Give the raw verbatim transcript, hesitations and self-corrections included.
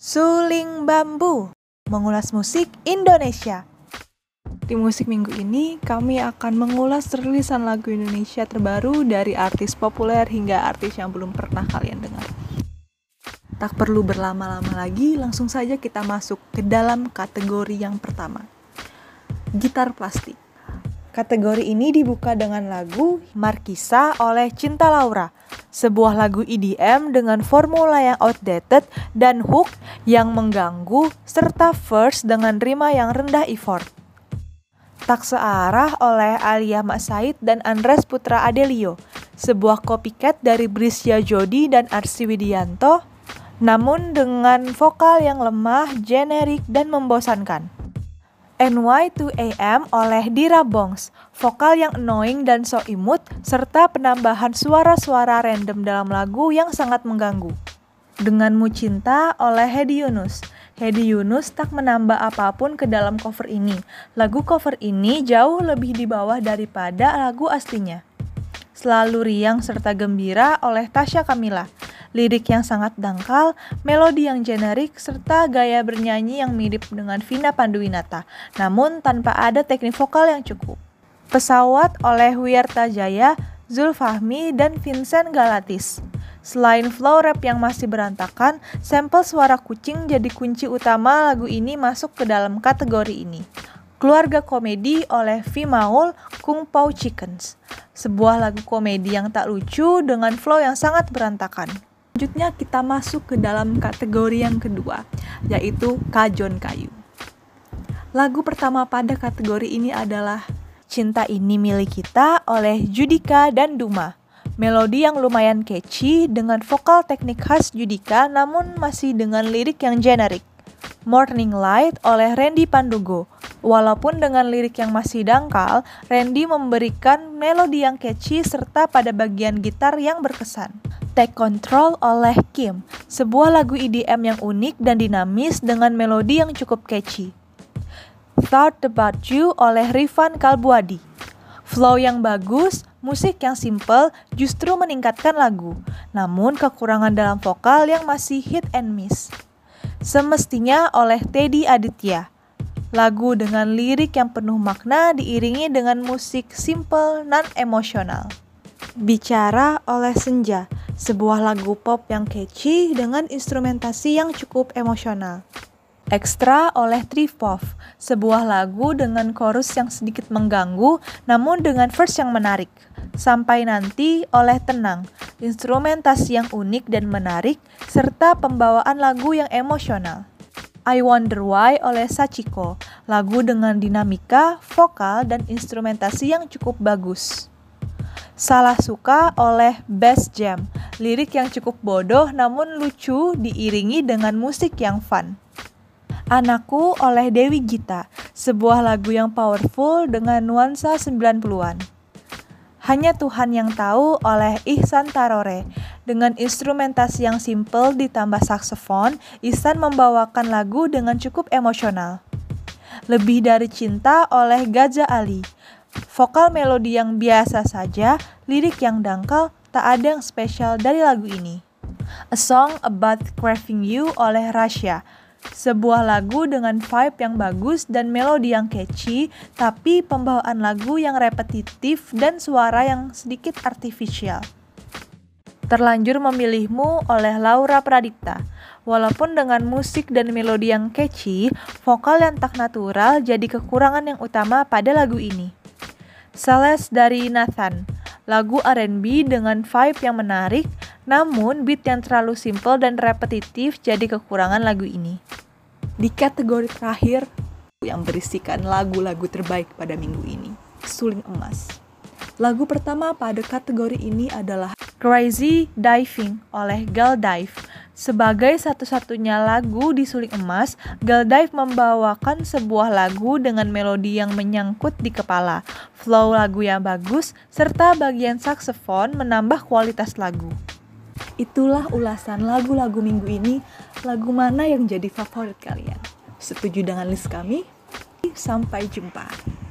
Suling Bambu, mengulas musik Indonesia. Di musik minggu ini, kami akan mengulas rilisan lagu Indonesia terbaru dari artis populer hingga artis yang belum pernah kalian dengar. Tak perlu berlama-lama lagi, langsung saja kita masuk ke dalam kategori yang pertama. Gitar plastik. Kategori ini dibuka dengan lagu Markisa oleh Cinta Laura, sebuah lagu E D M dengan formula yang outdated dan hook yang mengganggu, serta verse dengan rima yang rendah effort. Tak searah oleh Alia Mak Said dan Andres Putra Adelio, sebuah copycat dari Brisya Jody dan Arsy Widianto, namun dengan vokal yang lemah, generik, dan membosankan. N Y two A M oleh Dira Bongs, vokal yang annoying dan so imut, serta penambahan suara-suara random dalam lagu yang sangat mengganggu. Denganmu Cinta oleh Hedi Yunus. Hedi Yunus tak menambah apapun ke dalam cover ini. Lagu cover ini jauh lebih di bawah daripada lagu aslinya. Selalu Riang serta Gembira oleh Tasya Kamila. Lirik yang sangat dangkal, melodi yang generik, serta gaya bernyanyi yang mirip dengan Vina Panduwinata, namun tanpa ada teknik vokal yang cukup. Pesawat oleh Wiyarta Jaya, Zul Fahmi, dan Vincent Galatis. Selain flow rap yang masih berantakan, sampel suara kucing jadi kunci utama lagu ini masuk ke dalam kategori ini. Keluarga Komedi oleh V Maul, Kung Pao Chickens. Sebuah lagu komedi yang tak lucu dengan flow yang sangat berantakan. Selanjutnya kita masuk ke dalam kategori yang kedua, yaitu Kajon Kayu. Lagu pertama pada kategori ini adalah Cinta Ini Milik Kita oleh Judika dan Duma. Melodi yang lumayan catchy dengan vokal teknik khas Judika namun masih dengan lirik yang generik. Morning Light oleh Randy Pandugo. Walaupun dengan lirik yang masih dangkal, Randy memberikan melodi yang catchy serta pada bagian gitar yang berkesan. Take Control oleh Kim, sebuah lagu E D M yang unik dan dinamis dengan melodi yang cukup catchy. Thought About You oleh Rifan Kalbuadi. Flow yang bagus, musik yang simple justru meningkatkan lagu, namun kekurangan dalam vokal yang masih hit and miss. Semestinya oleh Teddy Aditya. Lagu dengan lirik yang penuh makna diiringi dengan musik simple non-emosional. Bicara oleh Senja, sebuah lagu pop yang catchy dengan instrumentasi yang cukup emosional. Extra oleh Tripov, sebuah lagu dengan chorus yang sedikit mengganggu namun dengan verse yang menarik. Sampai Nanti oleh Tenang, instrumentasi yang unik dan menarik serta pembawaan lagu yang emosional. I Wonder Why oleh Sachiko, lagu dengan dinamika, vokal, dan instrumentasi yang cukup bagus. Salah Suka oleh Best Jam, lirik yang cukup bodoh namun lucu diiringi dengan musik yang fun. Anakku oleh Dewi Gita, sebuah lagu yang powerful dengan nuansa sembilan puluhan. Hanya Tuhan Yang Tahu oleh Ihsan Tarore. Dengan instrumentasi yang simple ditambah saksofon, Ihsan membawakan lagu dengan cukup emosional. Lebih Dari Cinta oleh Gaza Ali. Vokal melodi yang biasa saja, lirik yang dangkal, tak ada yang spesial dari lagu ini. A Song About Craving You oleh Rasya. Sebuah lagu dengan vibe yang bagus dan melodi yang catchy, tapi pembawaan lagu yang repetitif dan suara yang sedikit artifisial. Terlanjur Memilihmu oleh Laura Pradipta. Walaupun dengan musik dan melodi yang catchy, vokal yang tak natural jadi kekurangan yang utama pada lagu ini. Celeste dari Nathan, lagu R and B dengan vibe yang menarik, namun beat yang terlalu simple dan repetitif jadi kekurangan lagu ini. Di kategori terakhir yang berisikan lagu-lagu terbaik pada minggu ini, Suling Emas. Lagu pertama pada kategori ini adalah Crazy Diving oleh Galdive. Sebagai satu-satunya lagu di Suling Emas, Galdive membawakan sebuah lagu dengan melodi yang menyangkut di kepala, flow lagu yang bagus, serta bagian saksofon menambah kualitas lagu. Itulah ulasan lagu-lagu minggu ini. Lagu mana yang jadi favorit kalian? Setuju dengan list kami? Sampai jumpa.